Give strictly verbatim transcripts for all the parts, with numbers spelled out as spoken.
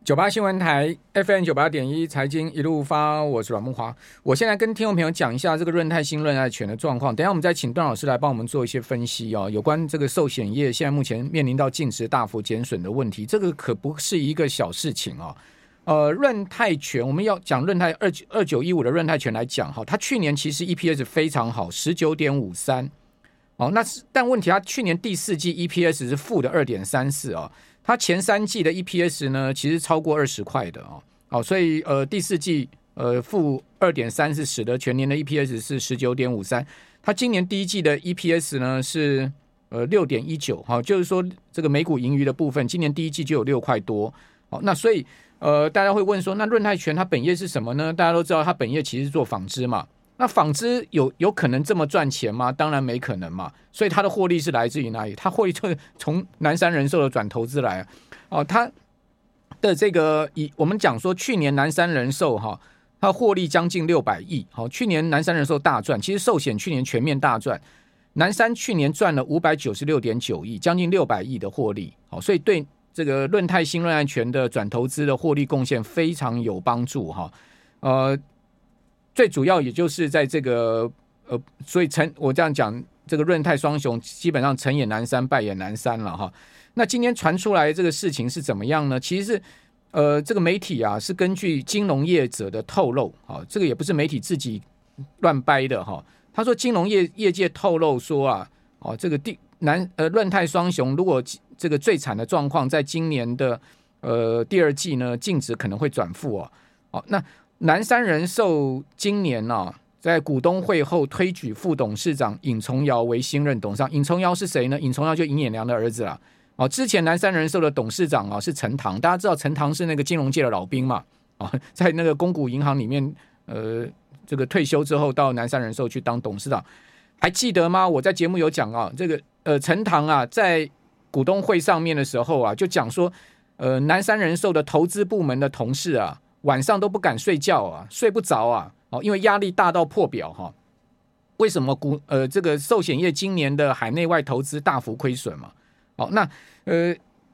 九八新闻台 F M 九八点一财经一路发，我是阮慕骅。我现在跟听众朋友讲一下这个润泰新润泰全的状况，等一下我们再请段老师来帮我们做一些分析哦。有关这个寿险业现在目前面临到净值大幅减损的问题，这个可不是一个小事情哦。呃，润泰全我们要讲润泰二二九一五的润泰全来讲哈，它去年其实 E P S 非常好，十九点五三哦，那但问题它去年第四季 E P S 是负的二点三四哦。它前三季的 E P S 呢，其实超过二十块的哦，哦，所以呃第四季呃负二点三是使得全年的 E P S 是十九点五三，它今年第一季的 E P S 呢是呃六点一九，哈，就是说这个每股盈余的部分，今年第一季就有六块多，好，那所以呃大家会问说，那润泰全它本业是什么呢？大家都知道它本业其实是做纺织嘛。那纺织有有可能这么赚钱吗？当然没可能嘛。所以它的获利是来自于哪里？它获利就是从南山人寿的转投资来哦。它的这个以我们讲说，去年南山人寿哈，它获利将近六百亿。好，去年南山人寿大赚，其实寿险去年全面大赚。南山去年赚了五百九十六点九亿，将近六百亿的获利。好，所以对这个润泰新润泰全的转投资的获利贡献非常有帮助哈。呃。最主要也就是在这个呃，所以成我这样讲，这个润泰双雄基本上成也南山，败也南山了哈。那今天传出来这个事情是怎么样呢？其实是呃，这个媒体啊是根据金融业者的透露，哈，这个也不是媒体自己乱掰的哈。他说金融业业界透露说啊，哦，这个第南呃润泰双雄如果这个最惨的状况，在今年的呃第二季呢，净值可能会转负哦。哦，那南山人寿今年啊，在股东会后推举副董事长尹崇尧为新任董事长。尹崇尧是谁呢？尹崇尧就尹衍良的儿子啦。哦，之前南山人寿的董事长啊是陈唐，大家知道陈唐是那个金融界的老兵嘛？哦，在那个公股银行里面，呃，这个退休之后到南山人寿去当董事长，还记得吗？我在节目有讲啊，这个呃陈唐啊，在股东会上面的时候啊，就讲说，呃，南山人寿的投资部门的同事啊。晚上都不敢睡觉啊，睡不着啊，哦，因为压力大到破表哈。为什么股呃这个寿险业今年的海内外投资大幅亏损嘛？哦，那呃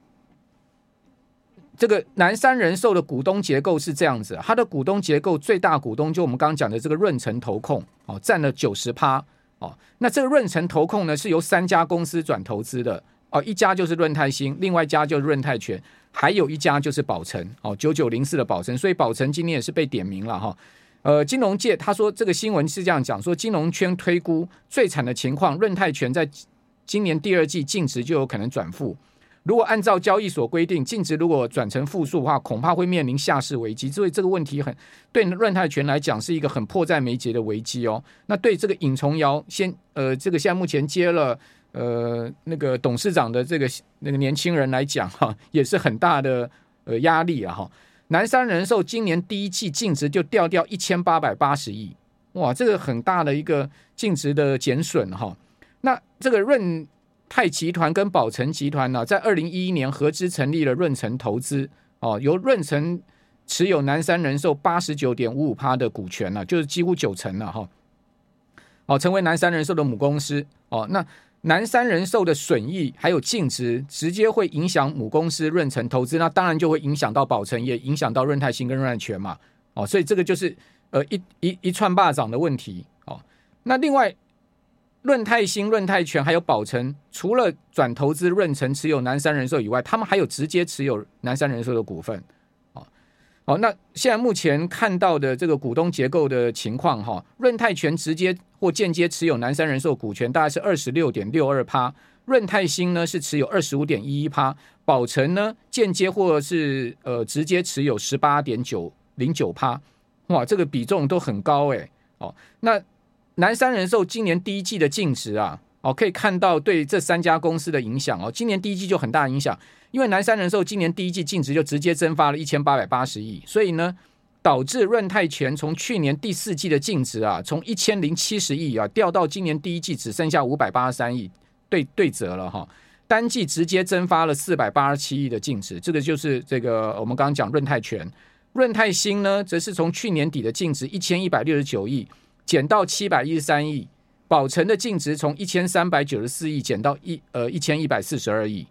这个南山人寿的股东结构是这样子，它的股东结构最大股东就我们刚刚讲的这个润成投控哦，占了 百分之九十 哦。那这个润成投控呢是由三家公司转投资的哦，一家就是润泰新，另外一家就是润泰全。还有一家就是宝成哦，九九零四的宝成，所以宝成今天也是被点名了哈。呃，金融界他说这个新闻是这样讲，说金融圈推估最惨的情况，润泰全在今年第二季净值就有可能转负。如果按照交易所规定，净值如果转成负数的话，恐怕会面临下市危机。所以这个问题很对润泰全来讲是一个很迫在眉睫的危机哦。那对这个尹崇尧先呃，这个现在目前接了。呃，那个董事长的这个那个年轻人来讲哈，也是很大的呃压力啊哈。南山人寿今年第一季净值就掉掉一千八百八十亿，哇，这个很大的一个净值的减损哈。那这个润泰集团跟宝成集团呢、啊，在二零一一年合资成立了润成投资哦，由润成持有南山人寿八十九点五五趴的股权了、啊，就是几乎九成了哈。哦，成为南山人寿的母公司哦，那。南山人寿的损益还有净值直接会影响母公司润成投资，那当然就会影响到宝成，也影响到润泰新跟润泰全嘛。哦，所以这个就是呃一一一串霸掌的问题哦。那另外润泰新、润泰全还有宝成，除了转投资润成持有南山人寿以外，他们还有直接持有南山人寿的股份。哦，哦，那现在目前看到的这个股东结构的情况哈，润泰全直接或间接持有南山人寿股权大概是 二十六点六二趴， 润泰新呢是持有 二十五点一一趴， 宝成呢间接或是呃直接持有 十八点九零九趴， 哇，这个比重都很高诶。哦，那南山人寿今年第一季的净值啊，哦，可以看到对这三家公司的影响哦，今年第一季就很大影响，因为南山人寿今年第一季净值就直接蒸发了一千八百八十亿，所以呢导致润泰全从去年第四季的净值啊，从一千零七十亿啊掉到今年第一季只剩下五百八十三亿，对对折了哈。单季直接蒸发了四百八十七亿的净值，这个就是这个我们刚刚讲润泰全。润泰新呢，则是从去年底的净值一千一百六十九亿减到七百一十三亿，宝成的净值从一千三百九十四亿减到一呃一千一百四十二亿。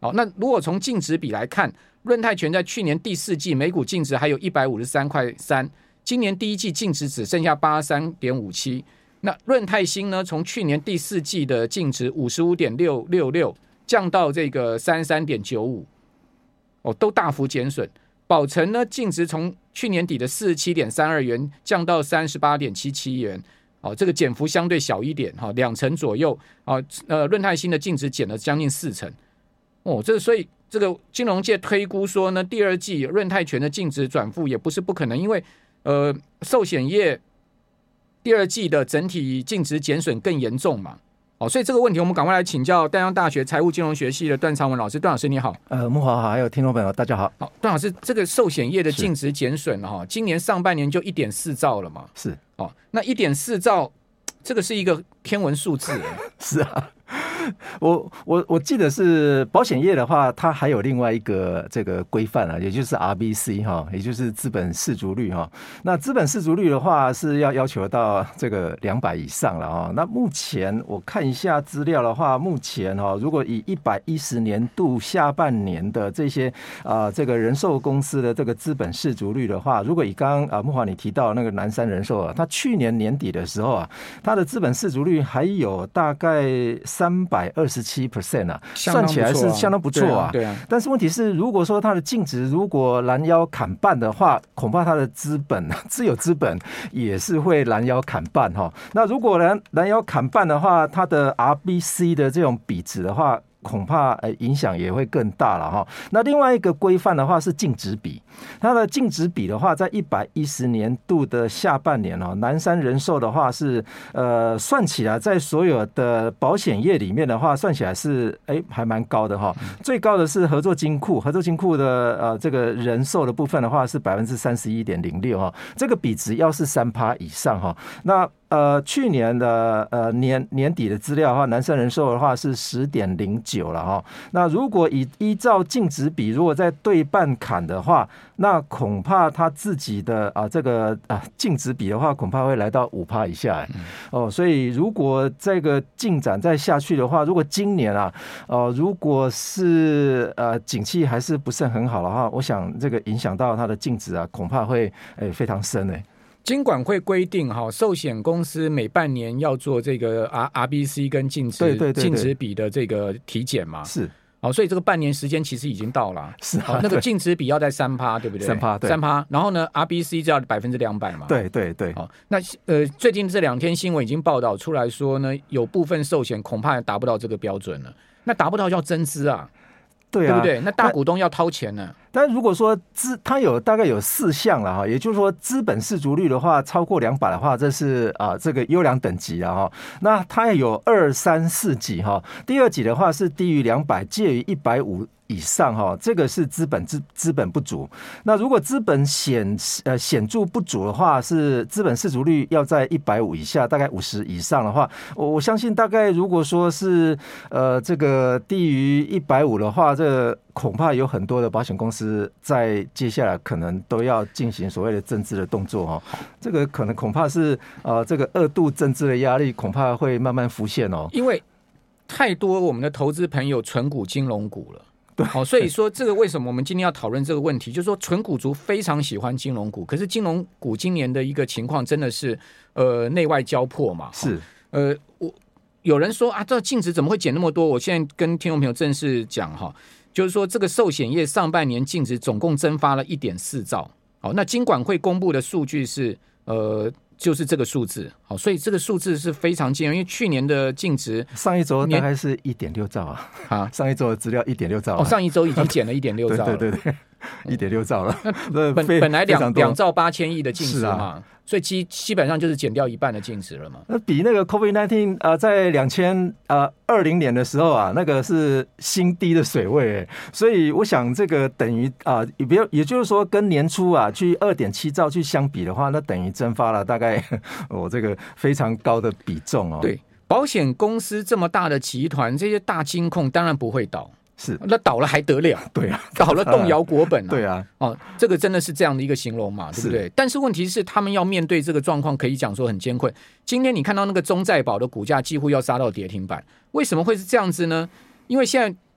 好，那如果从净值比来看，润泰全在去年第四季每股净值还有一百五十三块三，今年第一季净值只剩下八十三点五七。那润泰新呢，从去年第四季的净值五十五点六六六降到这个三十三点九五，哦，都大幅减损。宝成呢，净值从去年底的四十七点三二元降到三十八点七七元，哦，这个减幅相对小一点，哈、哦，两成左右。哦，呃，润泰新的净值减了将近四成，哦，这所以这个金融界推估说呢，第二季润泰全的净值转负也不是不可能，因为呃，寿险业第二季的整体净值减损更严重嘛。哦，所以这个问题我们赶快来请教淡江大学财务金融学系的段长文老师。段老师你好。 呃，木华好，还有听众朋友大家好。 好，段老师，这个寿险业的净值减损哈，今年上半年就一点四兆了嘛。 是。 哦，那一点四兆，这个是一个天文数字。 是啊。我我我记得是保险业的话，它还有另外一个这个规范啊，也就是 R B C 哈，也就是资本适足率哈。那资本适足率的话是要要求到这个两百以上了啊。那目前我看一下资料的话，目前哈，如果以一百一十年度下半年的这些啊、呃、这个人寿公司的这个资本适足率的话，如果以刚刚啊木华你提到那个南山人寿啊，它去年年底的时候啊，它的资本适足率还有大概三百二十七 percent 啊，算起来是相当不错啊。 对啊， 但是问题是，如果说它的净值如果拦腰砍半的话，恐怕它的资本自有资本也是会拦腰砍半哈。那如果拦拦腰砍半的话，它的 R B C 的这种比值的话，恐怕影响也会更大了哈。那另外一个规范的话是净值比，它的净值比的话，在一百一十年度的下半年哦，南山人寿的话是呃算起来，在所有的保险业里面的话，算起来是哎还蛮高的哈。最高的是合作金库，合作金库的呃这个人寿的部分的话是百分之三十一点零六哈，这个比值要是三趴以上哈，那。呃，去年的呃年年底的资料的话，南山人寿的话是十点零九了哈。那如果以依照净值比，如果在对半砍的话，那恐怕他自己的啊这个啊净值比的话，恐怕会来到五趴以下、嗯、哦。所以如果这个进展再下去的话，如果今年啊，呃，如果是呃景气还是不是很好的话，我想这个影响到它的净值啊，恐怕会诶非常深诶。 金管会规定哈，寿险公司每半年要做这个 R R B C 跟净值对对对对净值比的这个体检嘛， 是。 好，所以这个半年时间其实已经到了， 是啊， 好，那个净值比要在三趴，对不对？ 三趴，对， 三趴。然后呢 ，R B C 就要百分之两百嘛， 对对对。 好，那呃，最近这两天新闻已经报道出来说呢，有部分寿险恐怕达不到这个标准了，那达不到要增资啊。 对啊， 对不对？那大股东要掏钱呢。 但如果说资它有大概有四项了哈，也就是说资本适足率的话超过两百的话，这是啊、呃、这个优良等级了哈。那它有二三四级哈，第二级的话是低于两百，介于一百五以上哈，这个是资本资资本不足。那如果资本显呃显著不足的话，是资本适足率要在一百五以下，大概五十以上的话，我我相信大概如果说是呃这个低于一百五的话，这个恐怕有很多的保险公司在接下来可能都要进行所谓的增资的动作哈，这个可能恐怕是呃这个二度增资的压力恐怕会慢慢浮现哦， 因为太多我们的投资朋友存股金融股了。对，好，所以说这个为什么我们今天要讨论这个问题，就是说纯股族非常喜欢金融股，可是金融股今年的一个情况真的是呃内外交迫嘛， 是呃我有人说啊，这净值怎么会减那么多？我现在跟听众朋友正式讲哈，就是说这个寿险业上半年净值总共蒸发了 一点四兆，好，那金管会公布的数据是呃。就是这个数字，好，所以这个数字是非常惊人，因为去年的净值上一周大概是一点六兆啊，啊，上一周的资料一点六兆、啊， 哦，上一周已经减了一点六兆了， 对对对对，一点六兆了。 那本本来两两兆八千亿的净值嘛，啊、所以基基本上就是减掉一半的净值了嘛。 那比那个 COVID 十九 呃，在两千呃二零年的时候啊，那个是新低的水位，所以我想这个等于啊，也不要，也就是说跟年初啊去二点七兆去相比的话，那等于蒸发了大概我、哦、这个非常高的比重哦。 对，保险公司这么大的集团，这些大金控当然不会倒。 是， 那倒了还得了？ 对啊， 倒了动摇国本啊！ 对啊， 哦，这个真的是这样的一个形容嘛，对不对？但是问题是，他们要面对这个状况，可以讲说很艰困。今天你看到那个中再保的股价几乎要杀到跌停板，为什么会是这样子呢？因为现在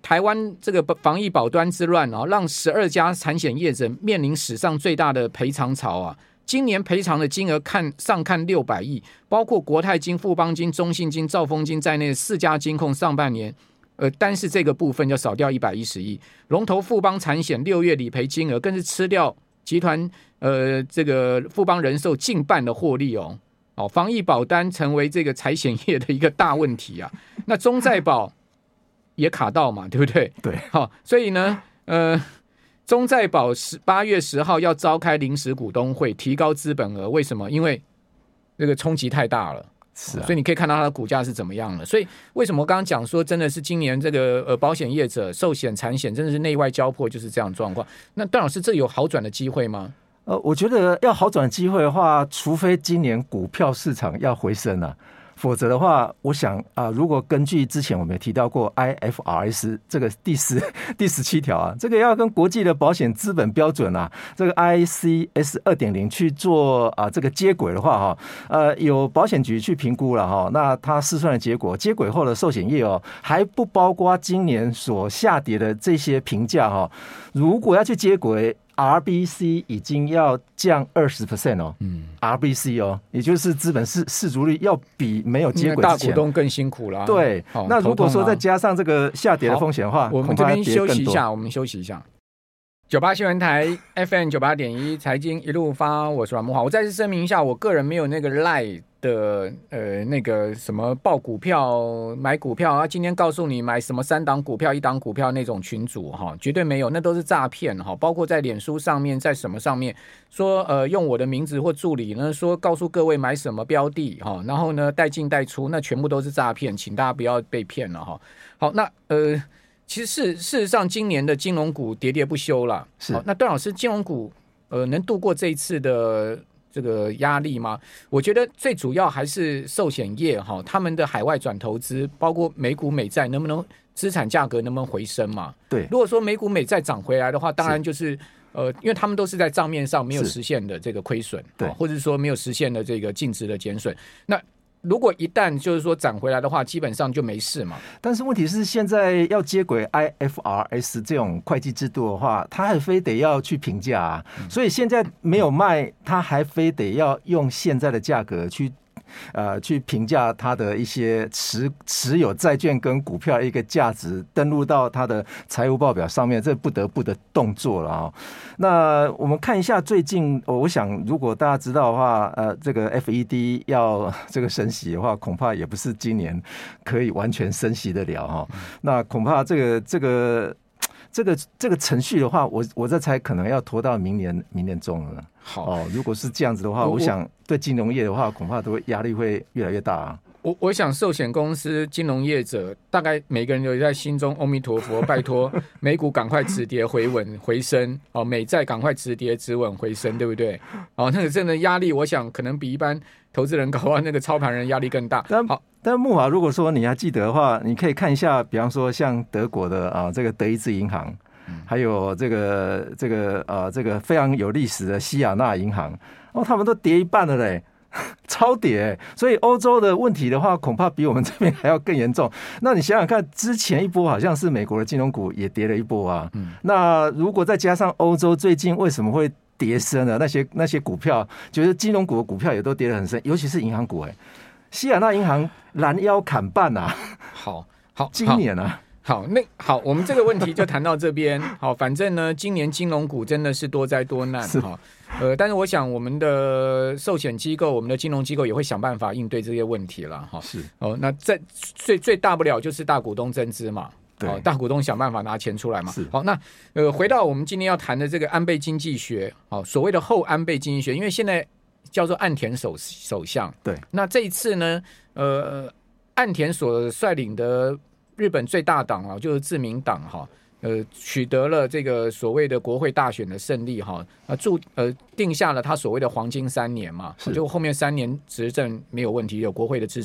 台湾这个防疫保端之乱啊，让十二家产险业者面临史上最大的赔偿潮啊。今年赔偿的金额看上看六百亿，包括国泰金、富邦金、中信金、兆丰金在内的四家金控上半年，呃，单是这个部分就少掉一百一十亿。龙头富邦产险六月理赔金额更是吃掉集团呃这个富邦人寿近半的获利哦。哦，防疫保单成为这个财险业的一个大问题啊。那中再保也卡到嘛，对不对？ 对， 好、哦，所以呢，呃。中再保八月十号要召开临时股东会，提高资本额。为什么？因为这个冲击太大了， 是、啊， 所以你可以看到它的股价是怎么样了。所以为什么我刚刚讲说，真的是今年这个呃保险业者、寿险、产险真的是内外交迫，就是这样的状况。那段老师，这有好转的机会吗？ 呃，我觉得要好转的机会的话，除非今年股票市场要回升啊。否则的话，我想啊、呃，如果根据之前我们也提到过 I F R S 这个第十第十七条啊，这个要跟国际的保险资本标准啊，这个 I C S 二点零去做啊、呃、这个接轨的话哈，呃，有保险局去评估了哈，那它试算的结果，接轨后的寿险业哦，还不包括今年所下跌的这些评价哈，如果要去接轨。R B C 已经要降 百分之二十 哦，嗯 ，R B C 哦，也就是资本市市足率要比没有接轨之前， 大股东更辛苦啦。 对， 哦、 那如果说再加上这个下跌的风险的话， 我们这边休息一下，我们休息一下。九八新闻台 F M 九八点一财经一路发，我是阮慕骅。我再次声明一下，我个人没有那个 Line 的呃那个什么报股票、买股票啊，今天告诉你买什么三档股票、一档股票那种群组哈，绝对没有，那都是诈骗哈。包括在脸书上面，在什么上面说呃用我的名字或助理呢，说告诉各位买什么标的哈，然后呢带进带出，那全部都是诈骗，请大家不要被骗了哈。好，那呃。其实事事实上，今年的金融股喋喋不休了。 是， 那段老师，金融股呃能度过这一次的这个压力吗？我觉得最主要还是寿险业哈，他们的海外转投资，包括美股美债，能不能资产价格能不能回升嘛？ 对， 如果说美股美债涨回来的话，当然就是呃，因为他们都是在账面上没有实现的这个亏损， 对， 或者说没有实现的这个净值的减损，那。如果一旦就是说涨回来的话，基本上就没事嘛。 但是问题是，现在要接轨 I F R S 这种会计制度的话，他还非得要去评价啊，嗯、所以现在没有卖，他还非得要用现在的价格去。呃，去评价它的一些持持有债券跟股票的一个价值，登录到它的财务报表上面，这不得不的动作了啊、哦。那我们看一下最近，我想如果大家知道的话，呃，这个 F E D 要这个升息的话，恐怕也不是今年可以完全升息得了哈、哦。那恐怕这个这个。这个这个程序的话，我我这才可能要拖到明年明年中了。 好哦，如果是这样子的话，我, 我想对金融业的话，恐怕都压力会越来越大啊。 我我想寿险公司、金融业者，大概每个人都在心中，阿弥陀佛，拜托美股赶快止跌回稳回升，哦，美债赶快止跌止稳回升，对不对？哦，那个真的压力，我想可能比一般投资人搞完那个操盘人压力更大。好。 但慕骅，如果说你还记得的话，你可以看一下，比方说像德国的啊，这个德意志银行，还有这个这个呃这个非常有历史的西亚纳银行，哦，他们都跌一半了嘞，超跌。所以欧洲的问题的话，恐怕比我们这边还要更严重。那你想想看，之前一波好像是美国的金融股也跌了一波啊。嗯、那如果再加上欧洲最近为什么会跌深了？那些那些股票，就是金融股的股票也都跌得很深，尤其是银行股哎、欸。西亚纳银行拦腰砍半啊！ 好好， 今年啊， 好那好，我们这个问题就谈到这边。好，反正呢，今年金融股真的是多灾多难哈。呃，但是我想我们的寿险机构、我们的金融机构也会想办法应对这些问题了哈。 是哦，那在最最大不了就是大股东增资嘛。 对、 哦，大股东想办法拿钱出来嘛。好，那呃，回到我们今天要谈的这个安倍经济学，哦，所谓的后安倍经济学，因为现在。叫做岸田首首相， 对。 那这一次呢，呃，岸田所率领的日本最大党啊，就是自民党哈，呃，取得了这个所谓的国会大选的胜利哈，啊，注呃定下了他所谓的黄金三年嘛，就后面三年执政没有问题，有国会的支持。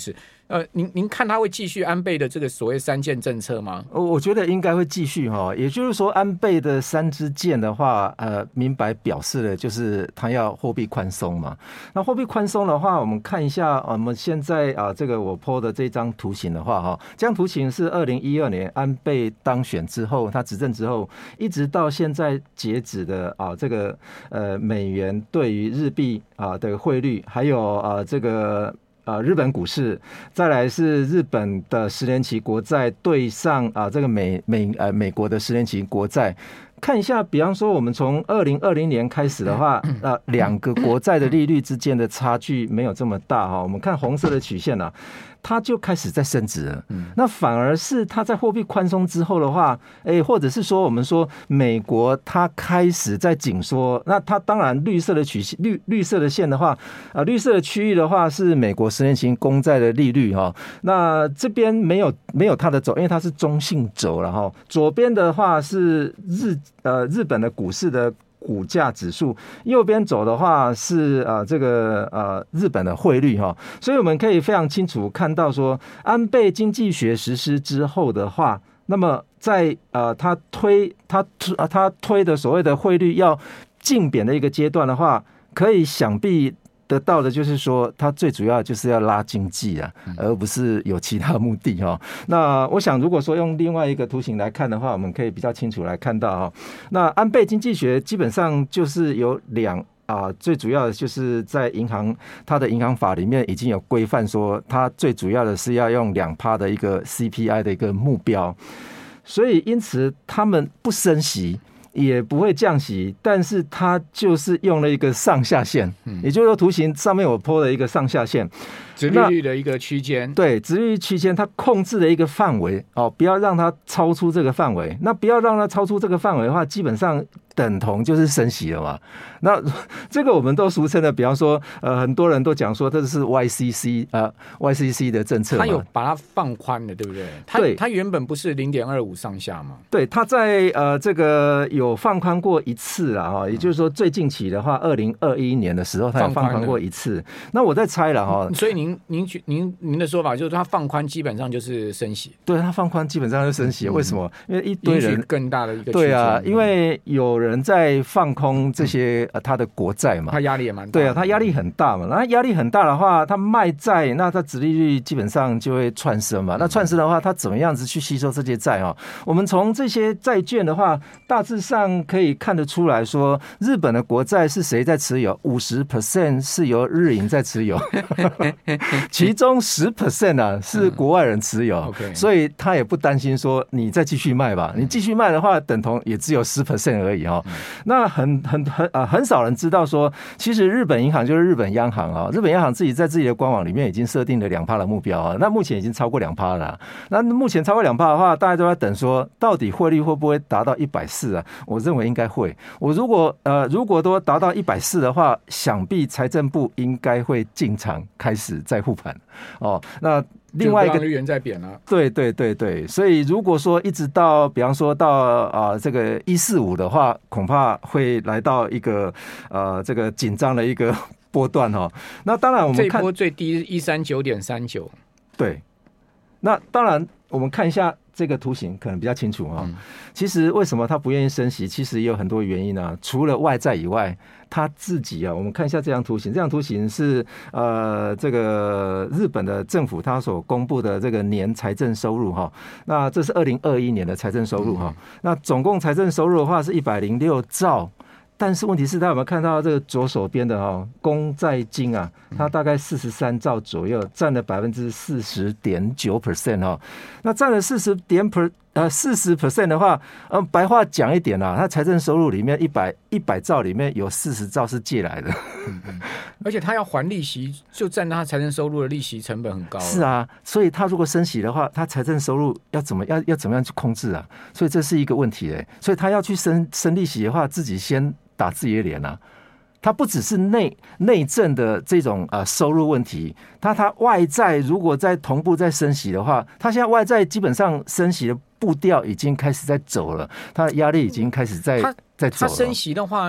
呃，您您看他会继续安倍的这个所谓三箭政策吗？ 我觉得应该会继续哈，也就是说，安倍的三支箭的话，呃，明白表示了就是他要货币宽松嘛。那货币宽松的话，我们看一下我们现在啊，这个我 po 的这张图形的话哈，这张图形是二零一二年安倍当选之后，他执政之后，一直到现在截止的啊，这个呃美元对于日币啊的汇率，还有啊这个。呃，日本股市，再来是日本的十年期国债对上啊、呃、这个美美呃美国的十年期国债，看一下，比方说我们从二零二零年开始的话，呃，两个国债的利率之间的差距没有这么大哈。我们看红色的曲线啊，它就开始在升值了。那反而是它在货币宽松之后的话，哎，或者是说我们说美国它开始在紧缩，那它当然绿色的曲线绿绿色的线的话，啊，绿色的区域的话是美国十年期公债的利率哈。那这边没有没有它的轴，因为它是中性轴了哈。左边的话是日呃日本的股市的股价指数，右边走的话是呃这个呃日本的汇率哈，所以我们可以非常清楚看到说，安倍经济学实施之后的话，那么在呃他推他他推的所谓的汇率要竞贬的一个阶段的话，可以想必得到的就是说，它最主要就是要拉经济啊，而不是有其他目的哈。那我想，如果说用另外一个图形来看的话，我们可以比较清楚来看到哈。那安倍经济学基本上就是有两啊，最主要的就是在银行它的银行法里面已经有规范说，它最主要的是要用两趴的一个 C P I 的一个目标，所以因此他们不升息。也不会降息，但是它就是用了一个上下限，嗯、也就是说图形上面我 po 了一个上下限， 殖利率的一个区间， 对，殖利率区间它控制了一个范围哦，不要让它超出这个范围。那不要让它超出这个范围的话，基本上等同就是升息了嘛。那这个我们都俗称的，比方说，呃，很多人都讲说这是 Y C C 呃 Y C C 的政策嘛， 它有把它放宽了，对不对？它对， 它原本不是 零点二五 上下嘛？ 对，它在呃这个有放宽过一次啦哈，也就是说最近期的话，二零二一年的时候它有放宽过一次。那我在猜了哈， 所以您您您您的说法就是它放宽基本上就是升息， 对，它放宽基本上就升息，嗯、为什么？因为一堆人更大的一个对啊，因为有人在放空这些、呃、他的国债嘛， 他压力也蛮大， 对啊，他压力很大嘛。那压力很大的话，他卖债，那他殖利率基本上就会窜升嘛。那窜升的话，他怎么样子去吸收这些债哦？我们从这些债券的话，大致上可以看得出来说，日本的国债是谁在持有？五十 percent 是由日银在持有，其中十 percent 啊是国外人持有，嗯 okay、所以他也不担心说你再继续卖吧，你继续卖的话，等同也只有十 percent 而已哈、哦。嗯、那很很很啊，很少人知道说，其实日本银行就是日本央行啊，日本央行自己在自己的官网里面已经设定了两趴的目标啊，那目前已经超过两趴了。那目前超过两趴的话，大家都在等说，到底汇率会不会达到一百四啊？我认为应该会。我如果呃如果都达到一百四的话，想必财政部应该会进场开始再护盘哦。那另外一个日元在贬了， 对对对对，所以如果说一直到，比方说到啊、呃、这个一四五的话，恐怕会来到一个呃这个紧张的一个波段哈、哦。那当然我们看这一波最低一三九点三九， 对。那当然我们看一下这个图形，可能比较清楚啊、哦。嗯、其实为什么他不愿意升息，其实也有很多原因啊。除了外债以外，他自己啊，我们看一下这张图形。这张图形是呃，这个日本的政府他所公布的这个年财政收入哈。那这是二零二一年的财政收入哈。嗯、那总共财政收入的话是一百零六兆。但是问题是，大家有没有看到这个左手边的哈公债金啊？它大概四十三兆左右，占了百分之四十点九 percent 哈。那占了四十点 per 呃四十 percent 的话，嗯，白话讲一点啊，它财政收入里面一百一百兆里面有四十兆是借来的， 嗯嗯、而且它要还利息，就占它财政收入的利息成本很高。 是啊，所以它如果升息的话，它财政收入要怎么要要怎么样去控制啊？所以这是一个问题哎、欸。所以它要去升升利息的话，自己先打自己的脸啊！它不只是内内政的这种呃收入问题，它它外债如果在同步在升息的话，它现在外债基本上升息的步调已经开始在走了，它的压力已经开始在在走了。 它升息的话，日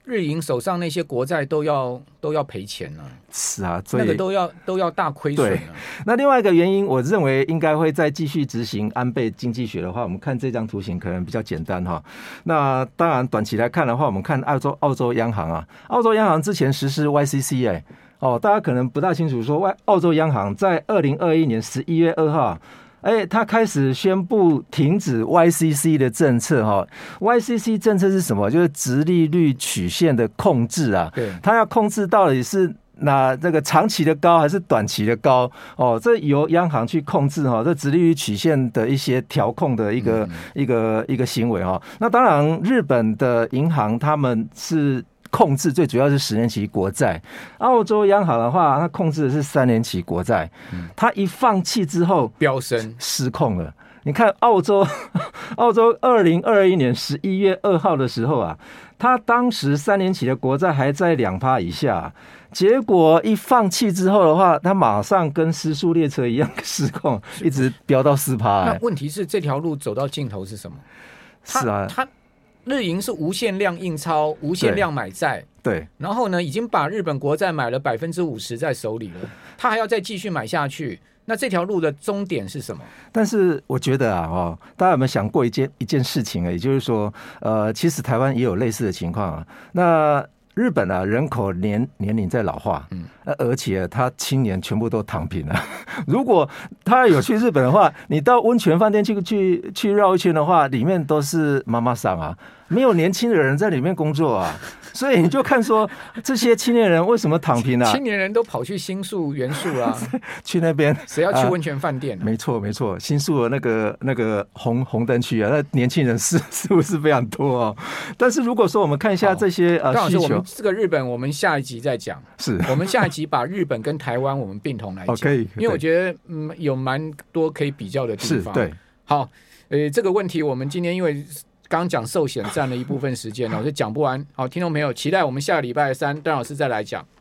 日银手上那些国债都要都要赔钱了、啊， 是啊，所以那个都要都要大亏损了、啊。 那另外一个原因，我认为应该会再继续执行安倍经济学的话，我们看这张图形可能比较简单哈。那当然短期来看的话，我们看澳洲澳洲央行啊，澳洲央行之前实施 Y C C 哎、欸，哦，大家可能不大清楚说，外澳洲央行在二零二一年十一月二号。哎，他开始宣布停止 Y C C 的政策哈。Y C C 政策是什么？就是殖利率曲线的控制啊。 对， 他要控制到底是那这个长期的高还是短期的高哦？这由央行去控制哈，这殖利率曲线的一些调控的一个、嗯、一个一个行为哈。那当然，日本的银行他们是控制最主要是十年期国债，澳洲央行的话，它控制的是三年期国债。它一放弃之后， 飙升失控了。你看澳洲，澳洲二零二一年十一月二号的时候啊，它当时三年期的国债还在两趴以下，结果一放弃之后的话，它马上跟失速列车一样失控，一直飙到四趴。 那问题是这条路走到尽头是什么？ 是啊， 它日银是无限量印钞、无限量买债， 对， 然后呢，已经把日本国债买了百分之五十在手里了，他还要再继续买下去。那这条路的终点是什么？ 但是我觉得啊，哦，大家有没有想过一件一件事情啊？也就是说，呃，其实台湾也有类似的情况啊。那日本啊，人口年年龄在老化，嗯，而且他青年全部都躺平了。如果他有去日本的话，你到温泉饭店去去去绕一圈的话，里面都是妈妈桑啊，没有年轻的人在里面工作啊。所以你就看说这些青年人为什么躺平啊？ 青年人都跑去新宿元素啦， 去那边谁要去温泉饭店、啊呃？没错没错，新宿的那个那个红红灯区啊，那年轻人是是不是非常多哦？但是如果说我们看一下这些呃需求， 我们这个日本我们下一集再讲， 是我们下一集把日本跟台湾我们并同来讲， 哦、可以， 因为我觉得嗯有蛮多可以比较的地方。 是对， 好，呃，这个问题我们今天因为刚刚讲寿险占了一部分时间，我就讲不完。好，听众朋友，期待我们下个礼拜三段老师再来讲。